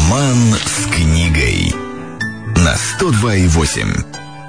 Роман с книгой на 102,8.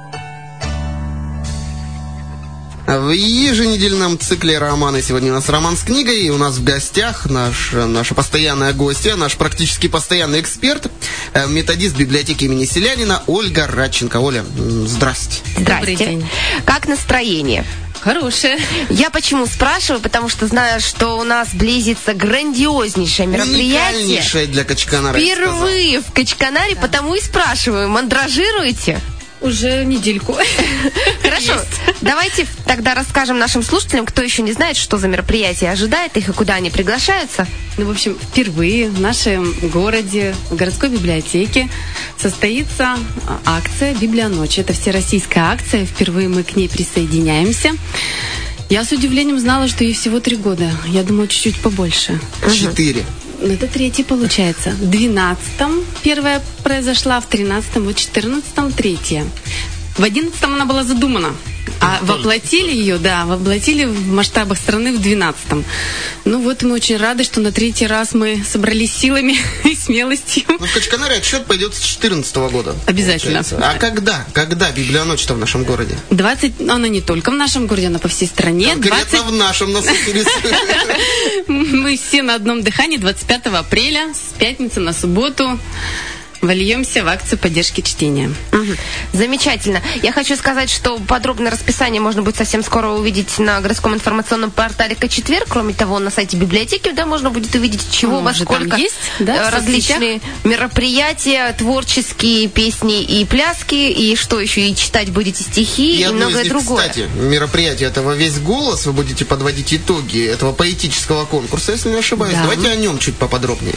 В еженедельном цикле романа сегодня у нас роман с книгой, и у нас в гостях наша постоянная гостья, наш практически постоянный эксперт, методист библиотеки имени Селянина Ольга Радченко. Оля, здрасте. Добрый день. Как настроение? Хорошее. Я почему спрашиваю? Потому что знаю, что у нас близится грандиознейшее мероприятие. Уникальнейшее для Качканара. Впервые в Качканаре, да. Потому и спрашиваю, мандражируете? Уже недельку. Хорошо, давайте тогда расскажем нашим слушателям, кто еще не знает, что за мероприятие ожидает их и куда они приглашаются. Ну, в общем, впервые в нашем городе, в городской библиотеке состоится акция «Библионочь». Это всероссийская акция, впервые мы к ней присоединяемся. Я с удивлением знала, что ей всего 3 года. Я думала, чуть-чуть побольше. 4. Ну, это 3 получается. В 12-м первая произошла, в 13-м, в 14-м 3-я. В 11-м она была задумана. А воплотили ее, воплотили в масштабах страны в 12-м. Ну вот мы очень рады, что на 3-й раз мы собрались силами и смелостью. Ну, в Качканаре отсчет пойдет с 14-го года. Обязательно. Получается. А когда Библионочь-то в нашем городе? Она не только в нашем городе, она по всей стране. Конкретно в нашем нас интересует. Мы все на одном дыхании 25 апреля, с пятницы на субботу. Вольемся в акцию поддержки чтения. Замечательно. Я хочу сказать, что подробное расписание можно будет совсем скоро увидеть на городском информационном портале К-четверг. Кроме того, на сайте библиотеки, можно будет увидеть, чего во сколько есть, различные мероприятия, творческие песни и пляски, и что еще, и читать будете стихи, и многое другое. Кстати, мероприятие это «Во весь голос», вы будете подводить итоги этого поэтического конкурса, если не ошибаюсь. Да. Давайте о нем чуть поподробнее.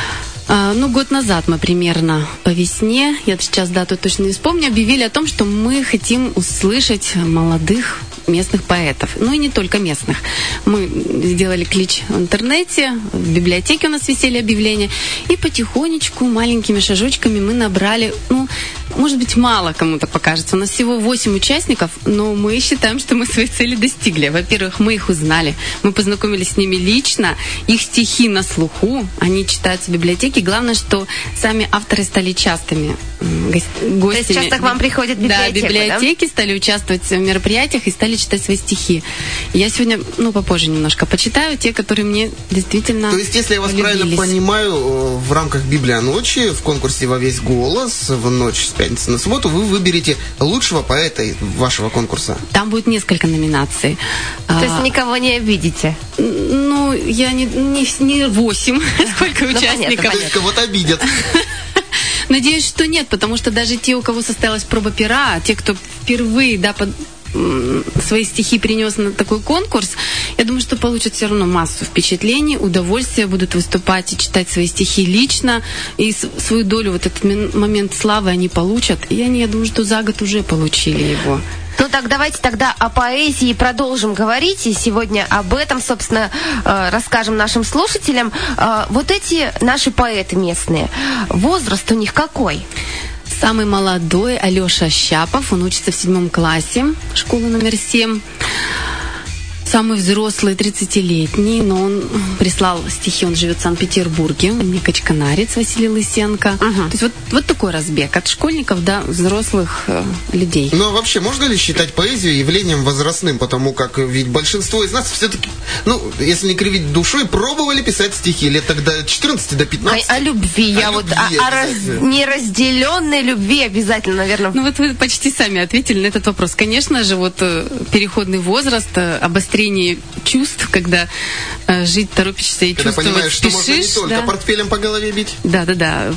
Год назад мы примерно по весне, я сейчас дату точно не вспомню, объявили о том, что мы хотим услышать молодых местных поэтов. Ну и не только местных. Мы сделали клич в интернете, в библиотеке у нас висели объявления, и потихонечку, маленькими шажочками мы набрали, может быть, мало кому-то покажется. У нас всего 8 участников, но мы считаем, что мы своей цели достигли. Во-первых, мы их узнали, мы познакомились с ними лично, их стихи на слуху, они читаются в библиотеке. Главное, что сами авторы стали частыми гостями. То есть часто к вам приходят библиотеки, да? Библиотеки стали участвовать в мероприятиях и стали читать свои стихи. Я сегодня, попозже немножко почитаю те, которые мне действительно То есть, если я вас правильно понимаю, в рамках Библионочи, в конкурсе «Во весь голос», в ночь с пятницы на субботу, вы выберете лучшего поэта вашего конкурса? Там будет несколько номинаций. То есть никого не обидите? Я не 8, сколько участников. То есть кого-то обидят. Надеюсь, что нет, потому что даже те, у кого состоялась проба пера, те, кто впервые свои стихи принес на такой конкурс, я думаю, что получат все равно массу впечатлений, удовольствия, будут выступать и читать свои стихи лично, и свою долю, этот момент славы они получат. И я думаю, что за год уже получили его. Так давайте тогда о поэзии продолжим говорить, и сегодня об этом, собственно, расскажем нашим слушателям. Вот эти наши поэты местные, возраст у них какой? Самый молодой Алёша Щапов, он учится в 7 классе, школы номер 7. Самый взрослый, 30-летний, но он прислал стихи, он живет в Санкт-Петербурге, он не качканарец, Василий Лысенко. То есть вот такой разбег от школьников до взрослых людей. Ну а вообще, можно ли считать поэзию явлением возрастным? Потому как ведь большинство из нас все-таки, если не кривить душой, пробовали писать стихи лет тогда 14 до 15. О любви, о неразделенной любви обязательно, наверное. Вы почти сами ответили на этот вопрос. Конечно же, переходный возраст, обострение чувств, когда жить торопишься и когда чувствовать понимаешь, спешишь. Что можно не только портфелем по голове бить. Да.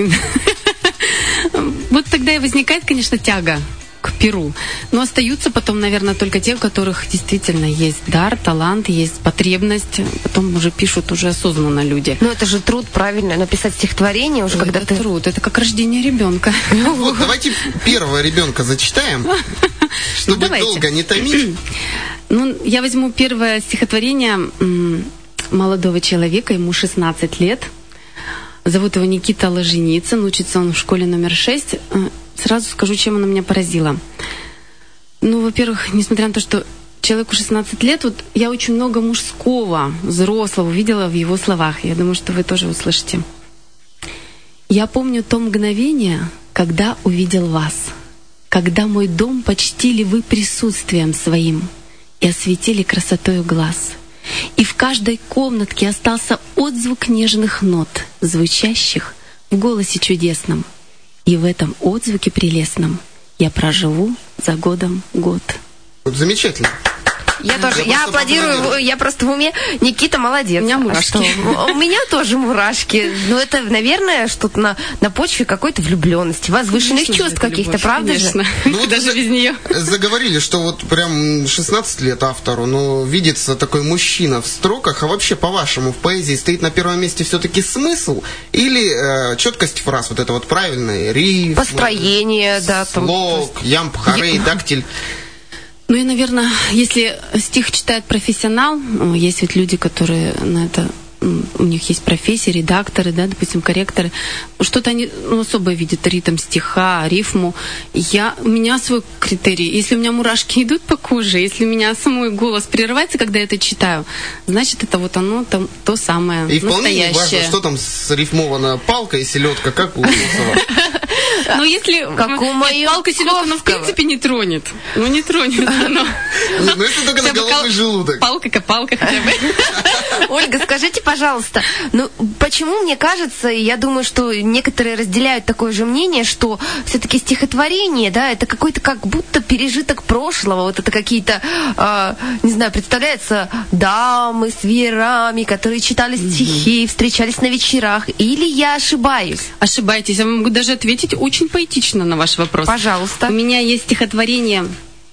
Вот тогда и возникает, конечно, тяга к перу. Но остаются потом, наверное, только те, у которых действительно есть дар, талант, есть потребность. Потом уже пишут уже осознанно люди. Это же труд, правильно, написать стихотворение уже, когда ты... труд, это как рождение ребенка. Давайте первого ребенка зачитаем, чтобы долго не томить. Я возьму первое стихотворение молодого человека, ему 16 лет. Зовут его Никита Ложеницын, учится он в школе номер 6. Сразу скажу, чем она меня поразила. Во-первых, несмотря на то, что человеку 16 лет, я очень много мужского, взрослого увидела в его словах. Я думаю, что вы тоже услышите. Я помню то мгновение, когда увидел вас, когда мой дом почтили вы присутствием своим и осветили красотою глаз. И в каждой комнатке остался отзвук нежных нот, звучащих в голосе чудесном. И в этом отзвуке прелестном я проживу за годом год. Замечательно. Я тоже, я аплодирую, я просто в уме. Никита молодец. У меня мурашки. У меня тоже мурашки. Но это, наверное, что-то на почве какой-то влюбленности, возвышенных чувств каких-то, правда же? Ну, даже без нее. Заговорили, что вот прям 16 лет автору, но видится такой мужчина в строках. А вообще, по-вашему, в поэзии стоит на первом месте все-таки смысл или четкость фраз, вот это вот правильное, рифм, построение, да, там, слог, ямб, хорей, дактиль. Ну и, наверное, если стих читает профессионал, есть ведь люди, которые на это, у них есть профессии, редакторы, да, допустим, корректоры, что-то они особо видят, ритм стиха, рифму. У меня свой критерий. Если у меня мурашки идут по коже, если у меня самой голос прерывается, когда я это читаю, значит, это вот оно, то самое настоящее. И вполне не важно, что там срифмовано палка и селедка, как у Усова. Ну, если палка селедка, ну, в принципе, не тронет. Ну, не тронет оно. Ну, если только на голодный желудок. Палка хотя бы. Ольга, скажите, пожалуйста, ну почему мне кажется, и я думаю, что некоторые разделяют такое же мнение, что все-таки стихотворение, да, это какой-то как будто пережиток прошлого, вот это какие-то, не знаю, представляется, дамы с веерами, которые читали стихи, встречались на вечерах, или я ошибаюсь? Ошибаетесь, я могу даже ответить очень поэтично на ваш вопрос. Пожалуйста. У меня есть стихотворение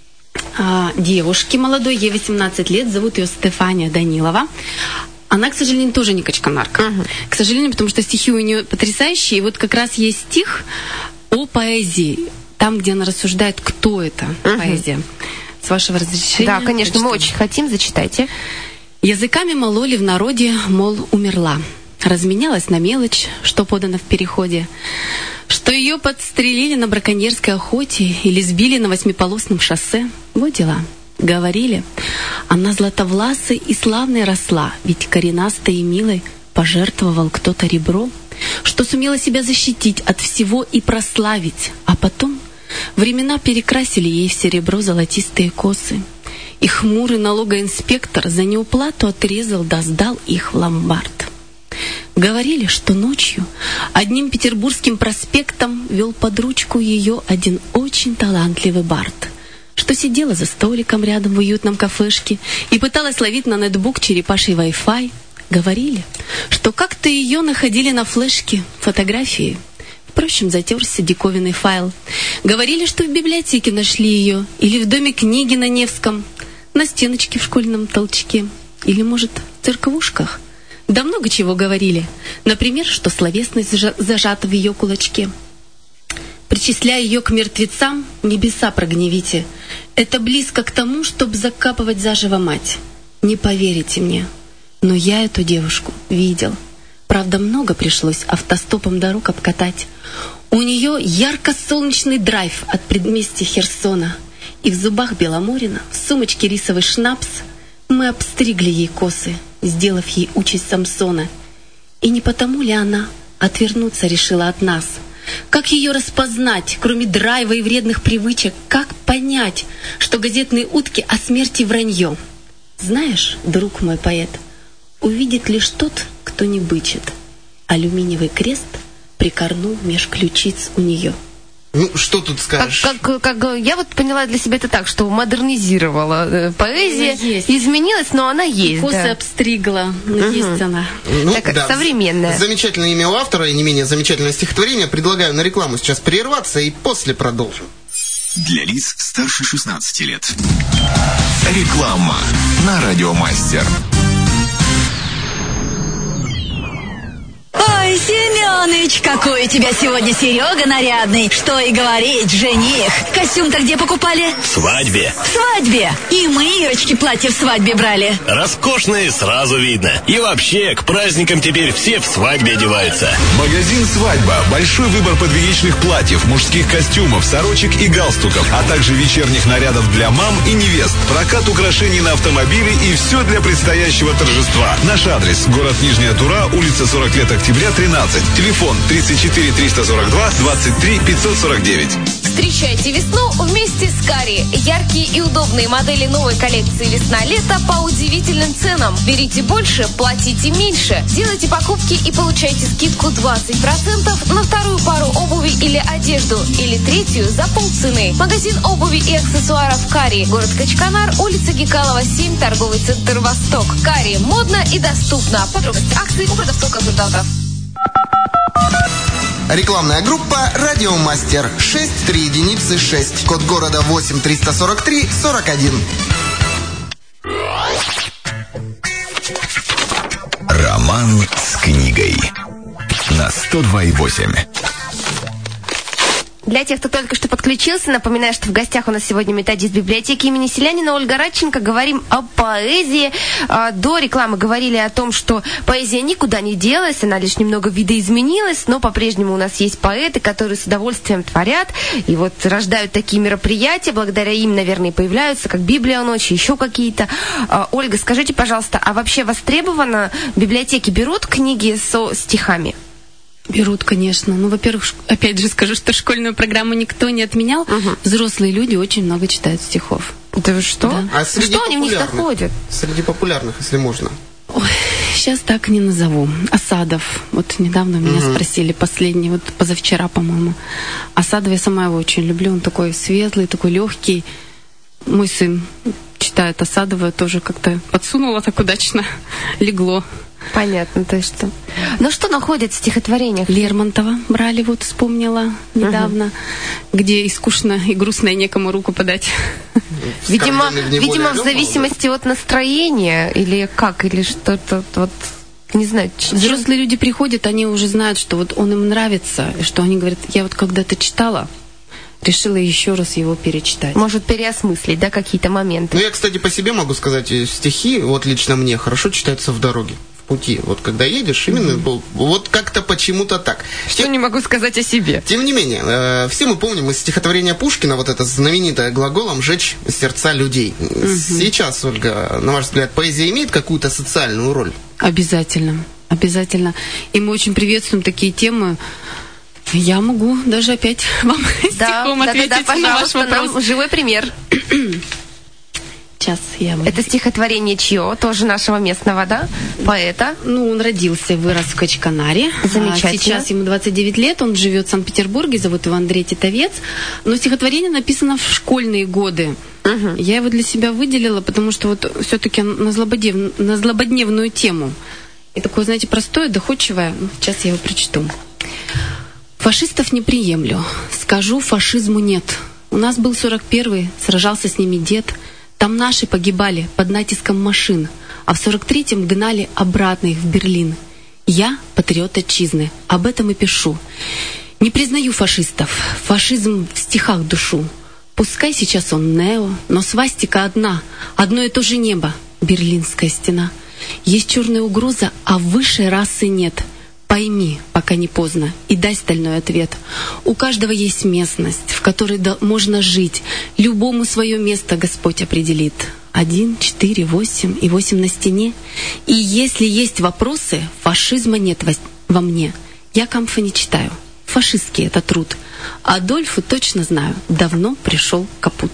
девушки молодой, ей 18 лет, зовут ее Стефания Данилова. Она, к сожалению, тоже не качканарка. К сожалению, потому что стихи у нее потрясающие. И вот как раз есть стих о поэзии, там, где она рассуждает, кто это поэзия. С вашего разрешения. Да, конечно, мы очень хотим, зачитайте. Языками мололи в народе, мол, умерла. Разменялась на мелочь, что подано в переходе. Что ее подстрелили на браконьерской охоте или сбили на 8-полосном шоссе. Вот дела. Говорили, она златовласой и славной росла, ведь коренастой и милой пожертвовал кто-то ребро, что сумела себя защитить от всего и прославить, а потом времена перекрасили ей в серебро золотистые косы, и хмурый налогоинспектор за неуплату отрезал да сдал их в ломбард. Говорили, что ночью одним петербургским проспектом вел под ручку ее один очень талантливый бард, что сидела за столиком рядом в уютном кафешке и пыталась ловить на нетбук черепаший Wi-Fi. Говорили, что как-то ее находили на флешке фотографии. Впрочем, затерся диковинный файл. Говорили, что в библиотеке нашли ее, или в доме книги на Невском, на стеночке в школьном толчке, или, может, в церквушках. Да много чего говорили. Например, что словесность зажата в ее кулачке. Причисляя ее к мертвецам, небеса прогневите. Это близко к тому, чтобы закапывать заживо мать. Не поверите мне, но я эту девушку видел. Правда, много пришлось автостопом дорог обкатать. У нее ярко-солнечный драйв от предместья Херсона. И в зубах Беломорина, в сумочке рисовый шнапс, мы обстригли ей косы, сделав ей участь Самсона. И не потому ли она отвернуться решила от нас? Как ее распознать, кроме драйва и вредных привычек? Как понять, что газетные утки о смерти вранье? Знаешь, друг мой поэт, увидит лишь тот, кто не бычит. Алюминиевый крест прикорнул меж ключиц у нее. Ну, что тут скажешь? Как я вот поняла для себя это так, что модернизировала поэзия, изменилась, но она есть. Косы обстригла, есть она. Ну, так, да. Современная. Замечательное имя у автора и не менее замечательное стихотворение. Предлагаю на рекламу сейчас прерваться и после продолжим. Для лиц старше 16 лет. Реклама на Радиомастер. Ой, Семёныч, какой у тебя сегодня Серега нарядный. Что и говорить, жених. Костюм-то где покупали? В свадьбе. В свадьбе. И мы, Ирочке, платье в свадьбе брали. Роскошные сразу видно. И вообще, к праздникам теперь все в свадьбе одеваются. Магазин «Свадьба». Большой выбор подвенечных платьев, мужских костюмов, сорочек и галстуков, а также вечерних нарядов для мам и невест, прокат украшений на автомобили и все для предстоящего торжества. Наш адрес – город Нижняя Тура, улица 40 лет октября, 13. Телефон 34 342 23 549. Встречайте весну вместе с Кари. Яркие и удобные модели новой коллекции «Весна-лето» по удивительным ценам. Берите больше, платите меньше. Делайте покупки и получайте скидку 20% на вторую пару обуви или одежду, или третью за полцены. Магазин обуви и аксессуаров «Кари». Город Качканар, улица Гекалова, 7, торговый центр «Восток». «Кари» модно и доступно. Подробности акций у продавцов-консультантов. Рекламная группа «Радиомастер». 63106. Код города 8343-41. Роман с книгой. На 102,8. Для тех, кто только что подключился, напоминаю, что в гостях у нас сегодня методист библиотеки имени Селянина Ольга Радченко. Говорим о поэзии. До рекламы говорили о том, что поэзия никуда не делась, она лишь немного видоизменилась, но по-прежнему у нас есть поэты, которые с удовольствием творят и вот рождают такие мероприятия. Благодаря им, наверное, и появляются, как «Библия ночи», еще какие-то. Ольга, скажите, пожалуйста, а вообще востребовано, библиотеки берут книги со стихами? Берут, конечно. Ну, во-первых, опять же скажу, что школьную программу никто не отменял. Взрослые люди очень много читают стихов. Да вы что? Да. А среди что они в них находят? Среди популярных, если можно. Ой, сейчас так не назову. Асадов. Вот недавно меня спросили, последний, вот позавчера, по-моему. Асадов, я сама его очень люблю. Он такой светлый, такой легкий. Мой сын читает Асадова, тоже как-то подсунула так удачно, легло. Понятно, то есть что. Но что находят в стихотворениях? Лермонтова брали, вот вспомнила недавно, где и скучно, и грустно, и некому руку подать. Видимо, в зависимости от настроения, или как, или что-то вот, не знаю. Взрослые люди приходят, они уже знают, что вот он им нравится, и что они говорят, я вот когда-то читала, решила еще раз его перечитать. Может переосмыслить, да, какие-то моменты. Ну, я, кстати, по себе могу сказать, стихи, вот лично мне, хорошо читаются в дороге. Пути. Вот когда едешь, именно вот как-то почему-то так. Что не могу сказать о себе. Тем не менее, все мы помним из стихотворения Пушкина вот это знаменитое глаголом «жечь сердца людей». Сейчас, Ольга, на ваш взгляд, поэзия имеет какую-то социальную роль? Обязательно. Обязательно. И мы очень приветствуем такие темы. Я могу даже опять вам стихом ответить на ваш вопрос. Нам живой пример. Сейчас я... Это стихотворение чье? Тоже нашего местного, да? Поэта? Ну, он родился, вырос в Качканаре. Замечательно. Сейчас ему 29 лет, он живет в Санкт-Петербурге, зовут его Андрей Титовец. Но стихотворение написано в школьные годы. Я его для себя выделила, потому что вот все-таки на злободневную тему. И такое, знаете, простое, доходчивое. Сейчас я его прочту. Фашистов не приемлю. Скажу, фашизму нет. У нас был 41-й, сражался с ними дед. Там наши погибали под натиском машин, а в 43-м гнали обратно их в Берлин. Я патриот отчизны, об этом и пишу. Не признаю фашистов, фашизм в стихах душу. Пускай сейчас он нео, но свастика одна, одно и то же небо, Берлинская стена. Есть черная угроза, а высшей расы нет. Пойми, пока не поздно, и дай стальной ответ. У каждого есть местность, в которой можно жить. Любому свое место Господь определит. 1, 4, 8 и 8 на стене. И если есть вопросы, фашизма нет во мне. Я камфа не читаю. Фашистский это труд. Адольфу точно знаю, давно пришел капут.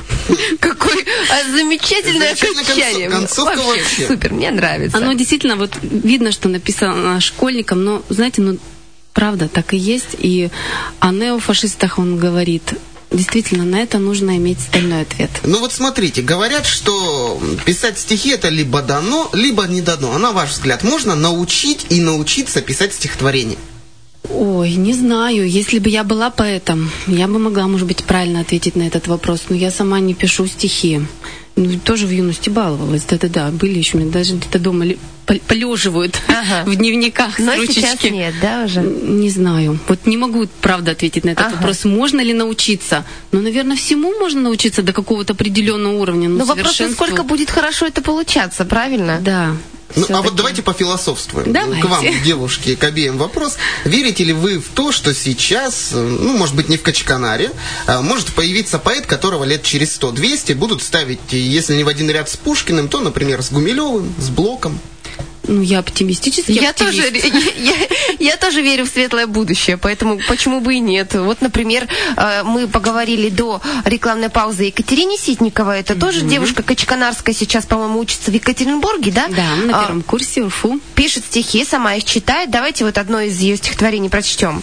Какое замечательное окончание. Концовка вообще. Супер, мне нравится. Оно действительно, вот видно, что написано школьникам, но, знаете, ну, правда, так и есть. И о неофашистах он говорит. Действительно, на это нужно иметь стальной ответ. Ну вот смотрите, говорят, что писать стихи это либо дано, либо не дано. А на ваш взгляд, можно научить и научиться писать стихотворение? Ой, не знаю. Если бы я была поэтом, я бы могла, может быть, правильно ответить на этот вопрос. Но я сама не пишу стихи. Ну, тоже в юности баловалась. Да-да-да, были еще, мне даже где-то дома полеживают в дневниках с ручечки. Но сейчас нет, да, уже? Не знаю. Вот не могу, правда, ответить на этот вопрос. Можно ли научиться? Ну, наверное, всему можно научиться до какого-то определенного уровня. Но вопрос, насколько будет хорошо это получаться, правильно? Да. Ну, а вот давайте пофилософствуем. Давайте. К вам, девушки, к обеим вопрос. Верите ли вы в то, что сейчас, ну, может быть, не в Качканаре, может появиться поэт, которого лет через 100-200 будут ставить, если не в один ряд с Пушкиным, то, например, с Гумилевым, с Блоком? Я оптимистический оптимист. Я тоже верю в светлое будущее, поэтому почему бы и нет. Вот, например, мы поговорили до рекламной паузы о Екатерине Ситниковой. Это тоже девушка качканарская, сейчас, по-моему, учится в Екатеринбурге, да? Да, на первом курсе УФУ. Пишет стихи, сама их читает. Давайте вот одно из ее стихотворений прочтем.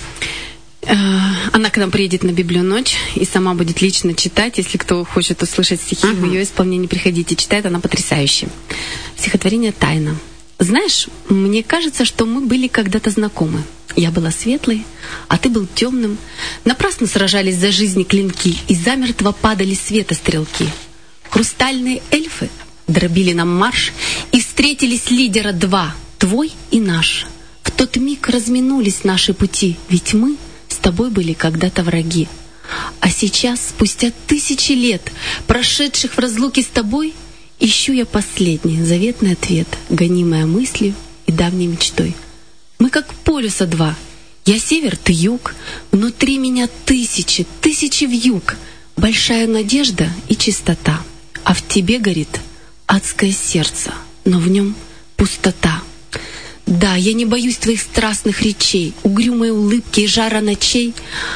Она к нам приедет на Библионочь и сама будет лично читать. Если кто хочет услышать стихи в ее исполнении, приходите. Читает она потрясающе. Стихотворение «Тайна». Знаешь, мне кажется, что мы были когда-то знакомы. Я была светлой, а ты был темным. Напрасно сражались за жизни клинки, и замертво падали светострелки. Хрустальные эльфы дробили нам марш, и встретились лидера два, твой и наш. В тот миг разминулись наши пути, ведь мы с тобой были когда-то враги. А сейчас, спустя 1000 лет, прошедших в разлуке с тобой, ищу я последний, заветный ответ, гонимая мыслью и давней мечтой. Мы как полюса два. Я север, ты юг. Внутри меня тысячи вьюг. Большая надежда и чистота. А в тебе горит адское сердце, но в нем пустота. Да, я не боюсь твоих страстных речей, угрюмой улыбки и жара ночей.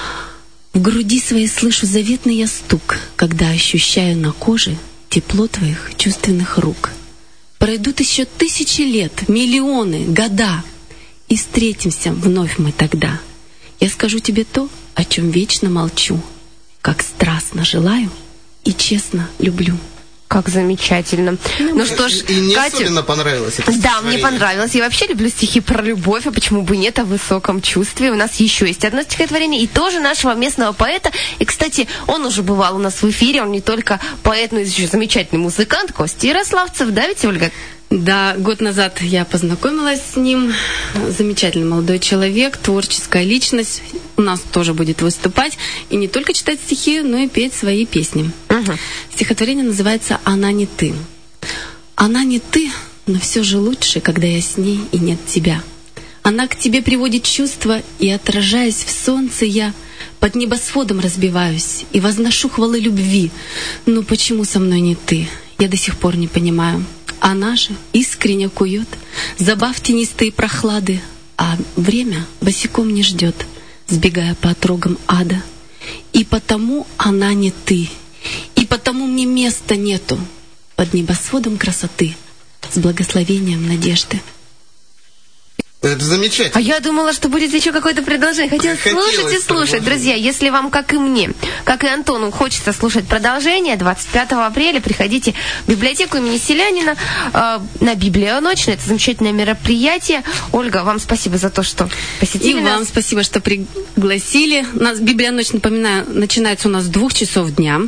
В груди своей слышу заветный я стук, когда ощущаю на коже тепло твоих чувственных рук. Пройдут еще 1000 лет, миллионы, года, и встретимся вновь мы тогда. Я скажу тебе то, о чем вечно молчу, как страстно желаю и честно люблю. Как замечательно. Ну что ж, и мне Катя... особенно понравилось это Да, мне понравилось. Я вообще люблю стихи про любовь, а почему бы нет, о высоком чувстве. У нас еще есть одно стихотворение, и тоже нашего местного поэта. И, кстати, он уже бывал у нас в эфире, он не только поэт, но и еще замечательный музыкант, Костя Ярославцев. Да, ведь, Ольга? Да, год назад я познакомилась с ним. Замечательный молодой человек, творческая личность. У нас тоже будет выступать. И не только читать стихи, но и петь свои песни. Стихотворение называется «Она не ты». Она не ты, но все же лучше, когда я с ней и нет тебя. Она к тебе приводит чувства, и, отражаясь в солнце, я под небосводом разбиваюсь и возношу хвалы любви. Но почему со мной не ты? Я до сих пор не понимаю. Она же искренне кует забав тенистые прохлады, а время босиком не ждет, сбегая по отрогам ада. И потому она не ты, и потому мне места нету под небосводом красоты с благословением надежды. Это замечательно. А я думала, что будет еще какое-то предложение. Хотелось слушать и слушать. Друзья, если вам, как и мне, как и Антону, хочется слушать продолжение, 25 апреля приходите в библиотеку имени Селянина на Библионочь. Это замечательное мероприятие. Ольга, вам спасибо за то, что посетили нас. И вам спасибо, что пригласили. Нас Библионочь, напоминаю, начинается у нас с 2 часов дня.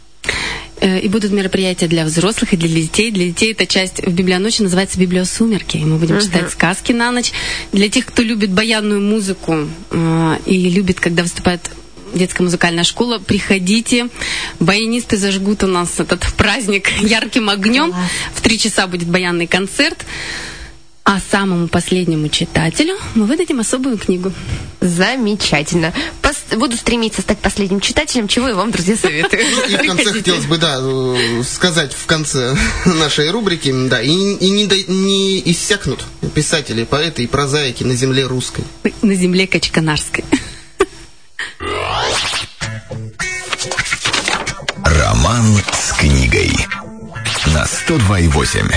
И будут мероприятия для взрослых и для детей. Для детей эта часть в Библионочи называется «Библиосумерки». Мы будем читать сказки на ночь. Для тех, кто любит баянную музыку и любит, когда выступает детская музыкальная школа, приходите. Баянисты зажгут у нас этот праздник ярким огнем. В 3 часа будет баянный концерт. А самому последнему читателю мы выдадим особую книгу. Замечательно. Буду стремиться стать последним читателем, чего и вам, друзья, советую. И в конце хотелось бы, сказать в конце нашей рубрики, и не иссякнут писатели, поэты и прозаики на земле русской. На земле качканарской. Роман с книгой на 102,8.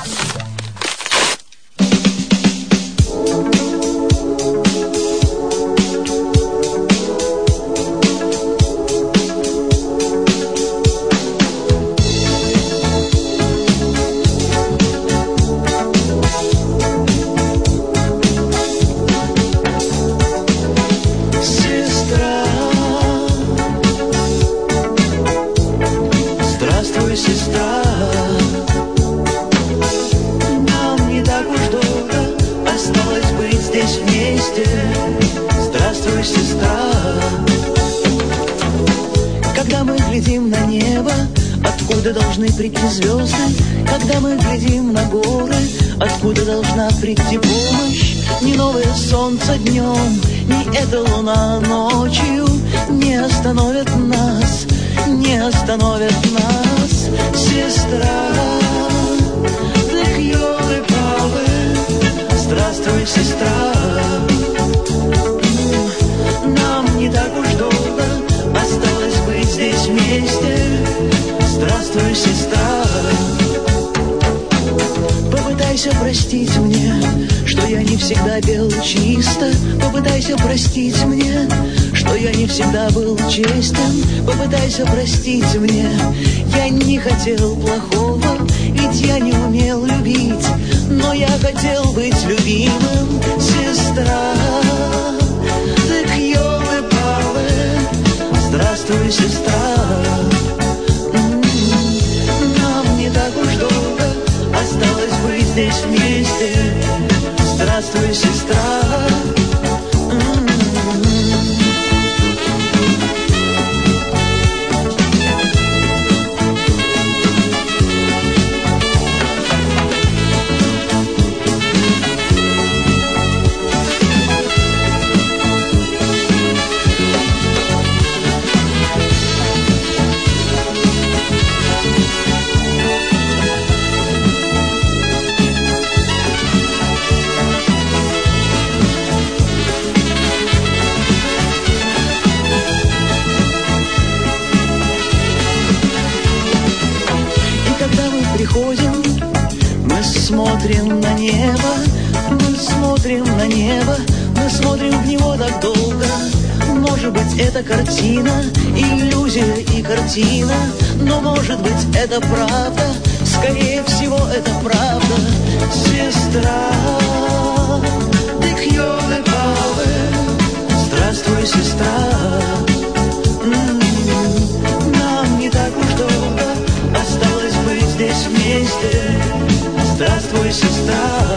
Должны прийти звезды, когда мы глядим на горы, откуда должна прийти помощь. Ни новое солнце днем, ни эта луна ночью не остановят нас, не остановят нас. Сестра, ты хьоры правы, сестра. Нам не так уж долго осталось быть здесь вместе. Здравствуй, сестра. Попытайся простить мне, что я не всегда пел чисто. Попытайся простить мне, что я не всегда был честен. Попытайся простить мне, я не хотел плохого, ведь я не умел любить, но я хотел быть любимым, сестра. Так ёлы-палы, здравствуй, сестра. Нам не так уж долго осталось быть здесь вместе. Здравствуй, сестра. Смотрим на небо, мы смотрим на небо, мы смотрим в него так долго. Может быть, это картина, иллюзия и картина, но может быть, это правда, скорее всего, это правда, сестра. Так ёлы-палы, здравствуй, сестра. Нам не так уж долго осталось быть здесь вместе. Здравствуй, сестра.